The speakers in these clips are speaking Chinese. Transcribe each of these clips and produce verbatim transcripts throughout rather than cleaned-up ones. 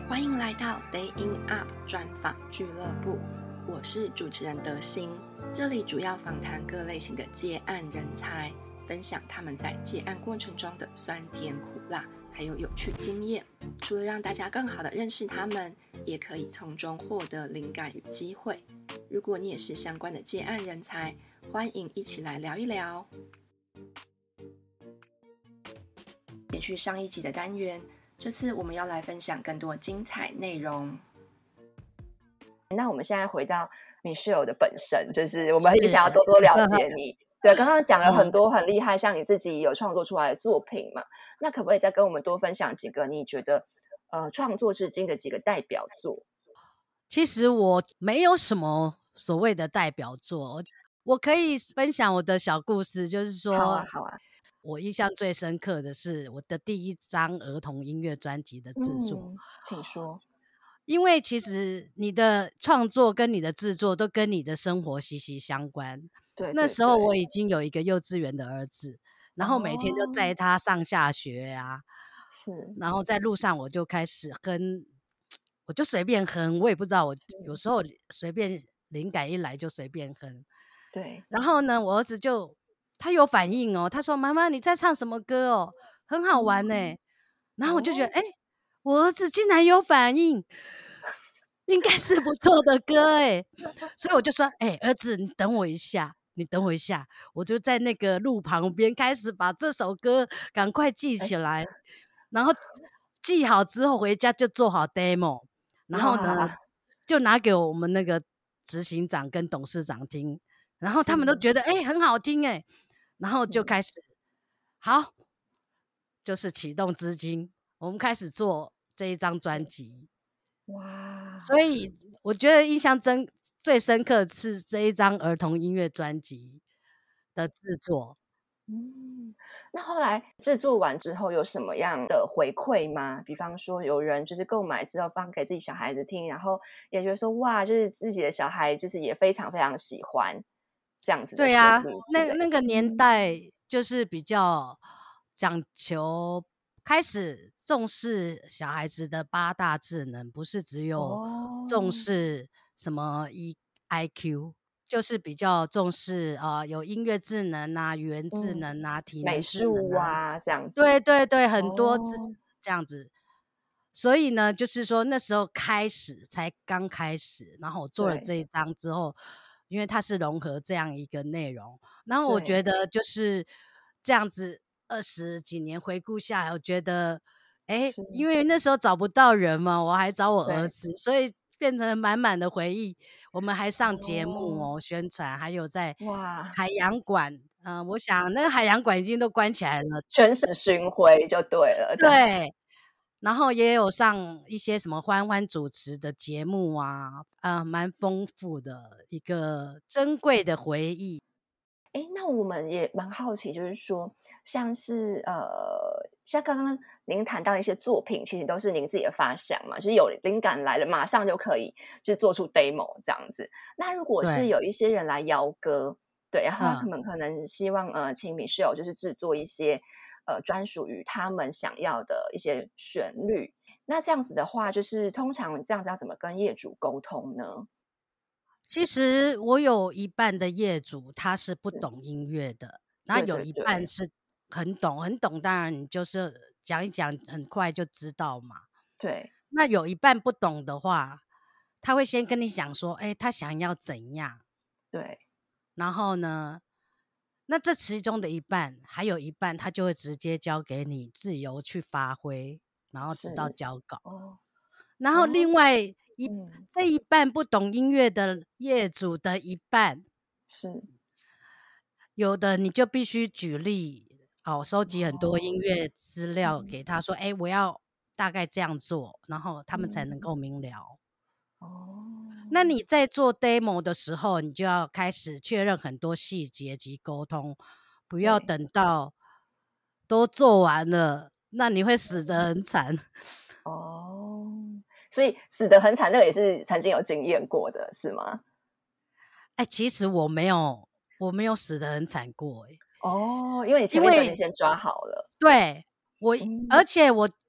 欢迎来到 Day in Up 专访俱乐部，我是主持人德心。这里主要访谈各类型的接案人才，分享他们在接案过程中的酸甜苦辣，还有有趣经验。除了让大家更好的认识他们，也可以从中获得灵感与机会。如果你也是相关的接案人才，欢迎一起来聊一聊。延续上一集的单元，这次我们要来分享更多精彩内容。 那我们现在回到 Michelle 的本身，就是我们也想要多多了解你。对，刚刚讲了很多很厉害，像你自己有创作出来的作品嘛，那可不可以再跟我们多分享几个你觉得呃创作至今的几个代表作？ 其实我没有什么所谓的代表作，我可以分享我的小故事，就是说， 好啊，好啊。 我印象最深刻的是我的第一张儿童音乐专辑的制作。 嗯，请说。 因为其实你的创作跟你的制作都跟你的生活息息相关。 对， 那时候我已经有一个幼稚园的儿子，然后每天就载他上下学啊， 是， 然后在路上我就开始哼，我就随便哼，我也不知道，我有时候随便灵感一来就随便哼。 对， 然后呢，我儿子就他有反应哦，他说：“妈妈，你在唱什么歌哦？很好玩呢。嗯”然后我就觉得，哎、哦，我儿子竟然有反应，应该是不错的歌哎，所以我就说，哎、欸，儿子，你等我一下，你等我一下，我就在那个路旁边开始把这首歌赶快记起来，然后记好之后回家就做好 demo， 然后呢就拿给我们那个执行长跟董事长听，然后他们都觉得哎、欸、很好听哎，然后就开始好，就是启动资金，我们开始做这一张专辑。哇！所以我觉得印象真最深刻是这一张儿童音乐专辑的制作。 嗯，那后来制作完之后有什么样的回馈吗？比方说有人就是购买之后放给自己小孩子听，然后也觉得说哇，就是自己的小孩就是也非常非常喜欢这样子的旋律。 对啊，那那个年代就是比较讲求开始重视小孩子的八大智能，不是只有重视什么 E I Q。就是比较重视啊、呃，有音乐智能啊、语言智能啊、嗯、体能智能啊， 啊这样子。 对对对，很多智、哦、这样子。所以呢，就是说那时候开始才刚开始，然后我做了这一张之后，因为它是融合这样一个内容，然后我觉得就是这样子二十几年回顾下来，我觉得，哎，因为那时候找不到人嘛，我还找我儿子，所以变成满满的回忆。我们还上节目哦，哦宣传，还有在海洋馆，嗯、呃，我想那个海洋馆已经都关起来了， 全省巡回就对了。 对，然后也有上一些什么欢欢主持的节目啊，啊、呃，蛮丰富的一个珍贵的回忆。 哎，那我们也蛮好奇，就是说，像是呃，像刚刚您谈到一些作品，其实都是您自己的发想嘛，就是有灵感来了，马上就可以就做出 demo 这样子。那如果是有一些人来邀歌，对，然后他们可能希望呃，请 Michelle 就是制作一些呃专属于他们想要的一些旋律。那这样子的话，就是通常这样子要怎么跟业主沟通呢？ 其实我有一半的业主他是不懂音乐的，然后有一半是很懂，很懂当然你就是讲一讲很快就知道嘛。 对， 那有一半不懂的话，他会先跟你讲说，哎，他想要怎样。 对， 然后呢，那这其中的一半，还有一半他就会直接交给你自由去发挥，然后直到交稿。哦，然后另外一、哦嗯、这一半不懂音乐的业主的一半， 是有的你就必须举例哦，收集很多音乐资料给他说，哎、哦，我要大概这样做，然后他们才能够明了。哦，那你在做 demo 的时候，你就要开始确认很多细节及沟通，不要等到都做完了，那你会死得很惨。 哦，所以死得很惨，那个也是曾经有经验过的，是吗？ 哎，其实我没有，我没有死得很惨过，哎。 哦，因为你前面就已经先抓好了。 对我、嗯，而且我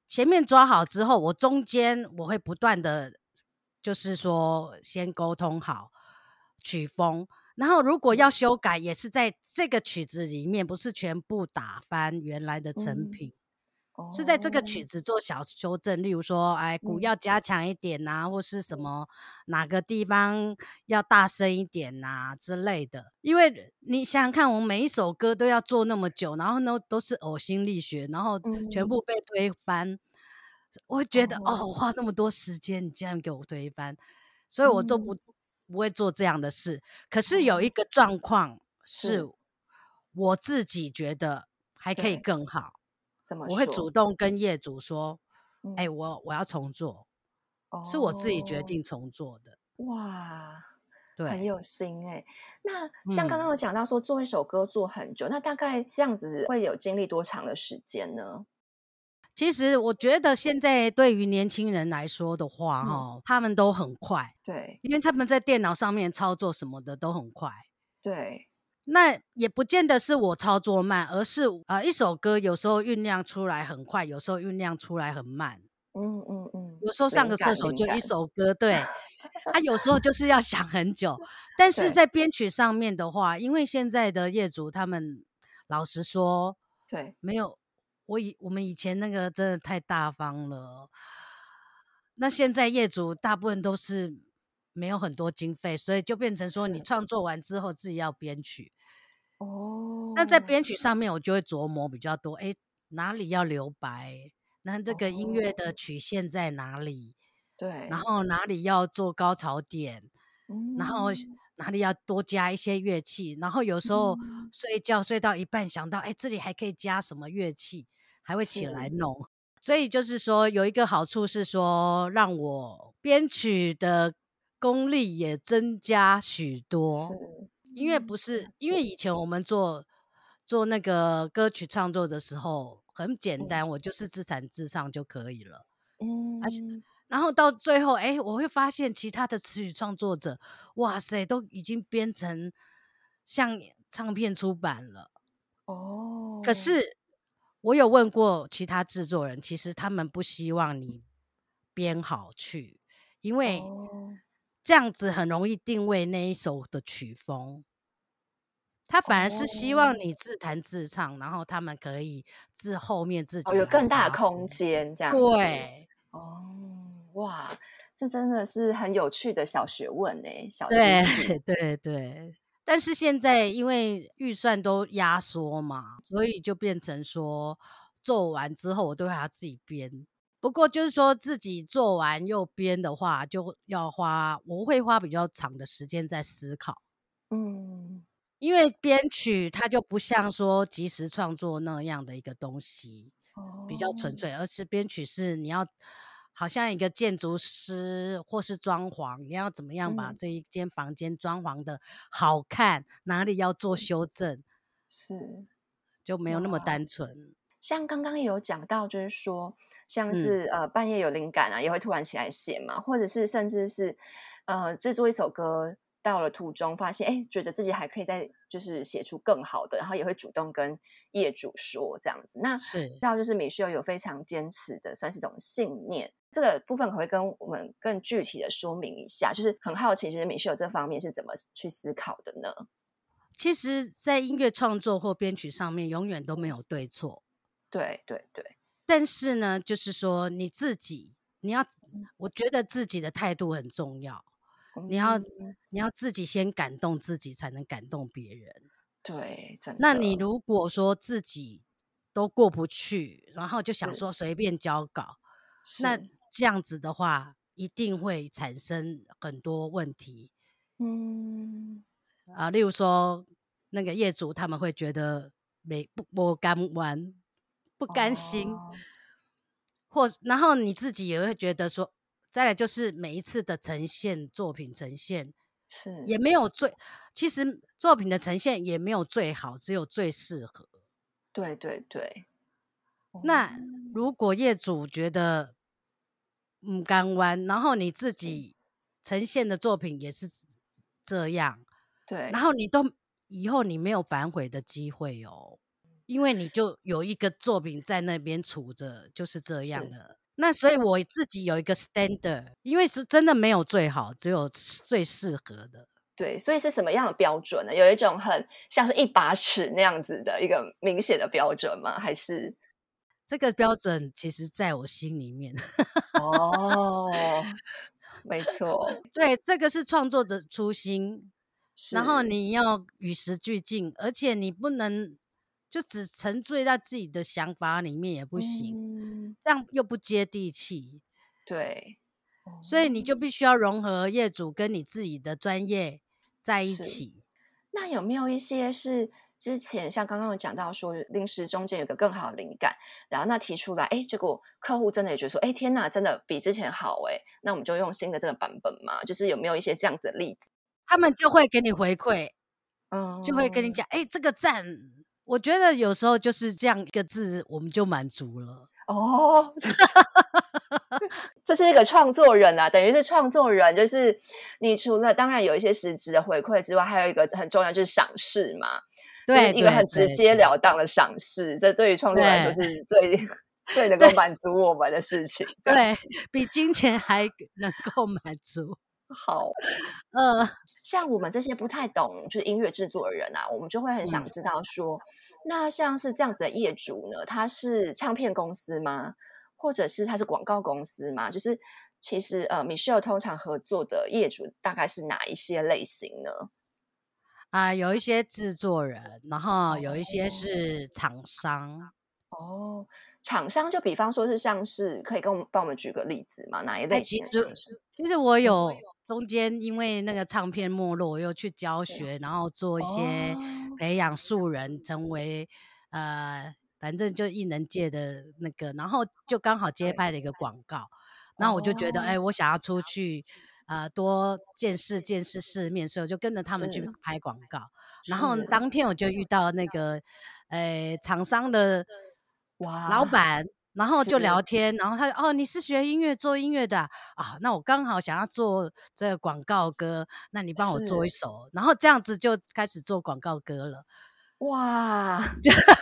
前面抓好之后，我中间我会不断的，就是说先沟通好曲风，然后如果要修改，也是在这个曲子里面，不是全部打翻原来的成嗯， 品。是在这个曲哦， 子做小修正，例如说，哎，鼓要嗯加强一点呐、或是什嗯么哪个地方要大声一点呐、之类的。因为你想想看，我们每一首歌都要做那么久，然后呢都是呕心沥血，然后全嗯， 部被推翻，我会觉得哦， 哦， 我花那么多时间，你这样给我推翻，所以我都嗯， 不不会做这样的事。可是有一哦， 个状况是是， 我自己觉得还可以对， 更好。 怎么我会主说？ 动跟业主说：“哎、 嗯， 我我要重做，是我自己决哦， 定重做的。” 哇，很对， 有心哎。那像刚刚嗯， 有讲到说做一首歌做很久，那大概这样子会有经历多长的时间呢？ 其实我觉得现在对于年轻人来说的话， 嗯， 哈，他们都很快， 对因为他们在电脑上面操作什么的都很快。 对， 那也不见得是我操作慢，而是呃，一首歌有时候酝酿出来很快，有时候酝酿出来很慢。 嗯嗯嗯， 有时候上灵个厕所就一感灵感， 首歌，对。啊，有时候就是要想很久，但是对在编曲上面的话，因为现在的业主他们老实说， 对， 没有我以我们以前那个真的太大方了。那现在业主大部分都是没有很多经费，所以就变成说你是， 创作完之后自己要编曲。那在哦编曲上面我就会琢磨比较多，诶，哪里要留白？那这个音乐的哦， 曲线在哪里？然对， 后哪里要做高潮点，然后嗯哪里要多加一些乐器，然后有时候嗯， 睡觉睡到一半想到，哎，这里还可以加什么乐器，还会起来是弄。所以就是说有一个好处是说，让我编曲的功力也增加许是， 多。因为不嗯，了是因为解， 以前我们做做那个歌曲创作的时候很简嗯单，我就是自弹自唱就可以了。而且嗯， 然后到最后，哎，我会发现其他的词语创作者，哇塞，都已经编成像唱片出版了。可哦是我有问过其他制作人，其实他们不希望你编好去，因为哦这样子很容易定位那一首的曲风。他反而是希望哦。 你自弹自唱，然后他们可以自后面自哦， 己来有更大的发挥。 空间这样子。 对， 哦，哇，这真的是很有趣的小学问呢，小知对， 识。 对对。但是现在因为预算都压缩嘛，所以就变成说做完之后我都还要自己编。不过就是说自己做完又编的话，就要花我会花比较长的时间在思考。 嗯， 因为编曲它就不像说即时创作那样的一个东西，比较纯哦， 粹，而是编曲是你要好像一个建筑师或是装潢，你要怎么样把嗯， 这一间房间装潢的好看，哪里要做是修正， 是， 就没有那么哇。 单纯。 像刚刚也有讲到，就是说，像嗯， 是呃半夜有灵感啊，也会突然起来写嘛，或者是甚至是呃制作一首歌，到了途中发现，哎，觉得自己还可以再就是写出更好的，然后也会主动跟业主说这样子。那知是。 道就是米秀有非常坚持的，算是一种信念。这个部分可不可以跟我们更具体的说明一下？就是很好奇，就是米秀这方面是怎么去思考的呢？ 其实在音乐创作或编曲上面永远都没嗯， 有对错。 对对对， 但是呢，就是说你自己，你要嗯我觉得自己的态度很重要。你要嗯， 你要自己先感动自己，才能感动别人。 对，真那你的如果说自己都过不去，然后就想是说随便交稿，那是。 这样子的话，一定会产生很多问题。 嗯， 啊，例如说那个业主他们会觉得没不不甘玩，不甘心， 哦， 或然后你自己也会觉得说，再来就是每一次的呈现作品呈现是， 也没有最，其实作品的呈现也没有最好，只有最适合。 对对对，哦， 那如果业主觉得嗯甘玩，然后你自是， 己呈现的作品也是这样，然对， 后你都以后你没有反悔的机会哦。 因为你就有一个作品在那边储着，就是这样的。那所以我自己有一个 standard， 因为是真的没有最好，只有最适合的。 对，所以是什么样的标准呢？有一种很像是一把尺那样子的一个明显的标准吗？还是这个标准其实在我心里面。 哦，没错， 对，这个是创作者初心，然后是， 你要与时俱进，而且你不能就只沉醉在自己的想法里面也不行， 嗯， 这样又不接地气。 对， 所以你就哦， 必须要融合业主跟你自己的专业在一是。 起。 那有没有一些是之前像刚刚有讲到说，临时中间有个更好的灵感，然后那提出来，哎，结果客户真的也觉得说，哎，天哪，真的比之前好哎，那我们就用新的这个版本嘛？就是有没有一些这样子的例子？ 他们就会给你回馈，就会跟你嗯， 讲，哎、这个赞。我觉得有时候就是这样一个字，我们就满足了。 哦，这是一个创作人啊，等于是创作人，就是你除了当然有一些实质的回馈之外，还有一个很重要就是赏识嘛，就是对对一个很直截对对了当的赏识，这对于创作者来说对是最最能够对满足我们的事情。这样对，比金钱还能够满足。 好， 嗯像我们这些不太懂就是音乐制作的人啊，我们就会很想嗯， 知道说，那像是这样子的业主呢，他是唱片公司吗？或者是他是广告公司吗？就是其实呃，Michelle 通常合作的业主大概是哪一些类型呢？ 啊、有一些制作人，然后有一些哦是厂商。 哦，厂商就比方说是像是可以跟我们帮我们举个例子吗？哪一哎， 类型的其实厂商？ 其实我嗯， 有中间因为那个唱片没落，我又去教是学，然后做一些哦， 培养素人成为呃，反正就艺能界的那个，然后就刚好接对， 拍了一个广告，然后我就觉得， 哦， 哎，我想要出去，呃，多见识见识世面，所以我就跟着他们去是拍广告。然后是， 当天我就遇到那个，呃，厂商的老哇， 板，然后是就聊天，然后他哦，你是学音乐做音乐的啊？啊那我刚好想要做这个广告歌，那你帮我做一是， 首，然后这样子就开始做广告歌了。 哇，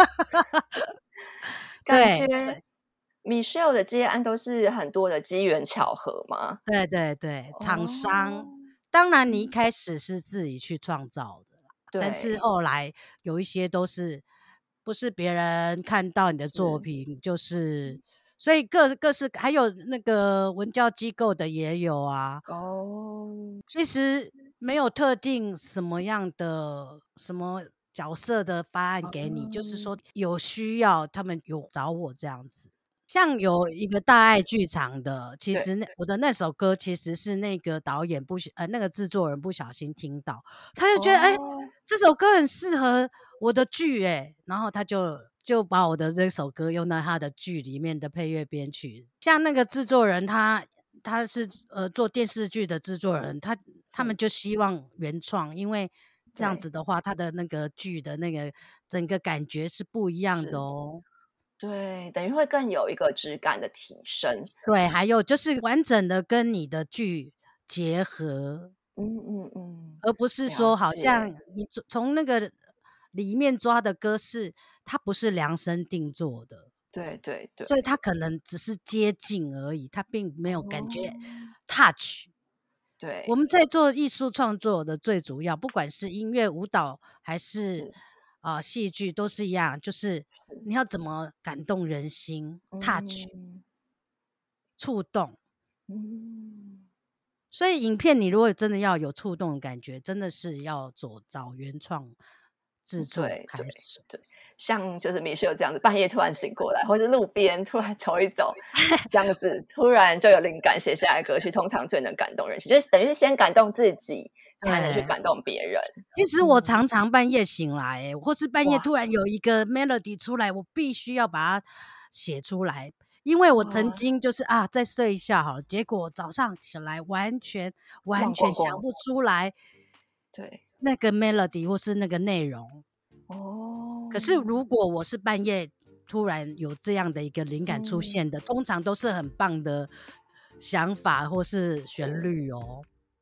感对，所觉以 Michelle 的接案都是很多的机缘巧合吗？ 对对对，厂哦， 商，当然你一嗯， 开始是自己去创造的啦，但是对， 后来有一些都是不是别人看到你的作是， 品，就是所以各各式还有那个文教机构的也有啊。 哦， 其实没有特定什么样的什么角色的方案给你，就是哦， 说有需要，他们有找我这样子。像有一个大爱剧场的，其对， 实那我的那首歌其实是那个导演不小呃，那个制作人不小心听到，他就觉得，哎， 哦， 这首歌很适合我的剧哎，然后他就就把我的这首歌用到他的剧里面的配乐编曲。像那个制作人他他是呃做电视剧的制作人，他他们是， 就希望原创，因为这样对， 子的话，他的那个剧的那个整个感觉是不一样的是， 哦。 对，等于会更有一个质感的提升。 对，还有就是完整的跟你的剧结合， 嗯嗯嗯， 而不是了说好像解， 你从从那个里面抓的歌是它不是量身定做的， 对对对， 所以它可能只是接近而已，它并没有感觉哦， touch。我对， 们在做艺术创作的最主要，不管是音乐、舞蹈还是是啊戏剧，都是一样，就是是， 你要怎么感动人心，touch 嗯触动。 嗯， 所以影片你如果真的要有触动的感觉，真的是要走找原创制作对对开始。 对，像就是 Michelle 这样子，半夜突然醒过来，或者路边突然走一走，这样子突然就有灵感写下来歌曲，通常最能感动人心，就是等于是先感动自己，才能去对， 感动别人。 其实我嗯， 常常半夜醒来欸，或是半夜哇突然有一个 melody 出来，我必须要把它写出来。因为我曾哇， 经就是啊，再睡一下好了，结果早上起来完全完忘光光， 全想不出来对， 那个 melody 或是那个内容。可是哦， 如果我是半夜突然有这样的一个灵感出嗯， 现的，通常都是很棒的想法或是旋是。 律哦。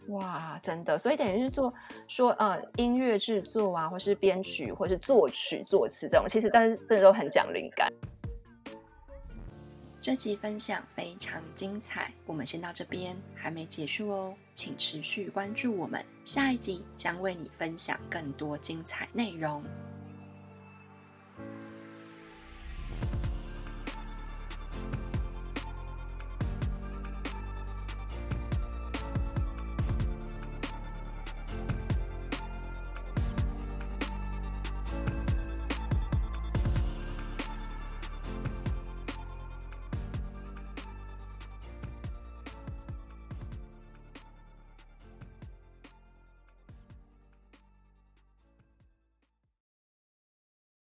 哇，真的，所以等于是做说呃音乐制作啊，或是编曲，或是作曲、作词这种，其实但是真的都很讲灵感。 这集分享非常精彩，我们先到这边，还没结束哦，请持续关注我们，下一集将为你分享更多精彩内容。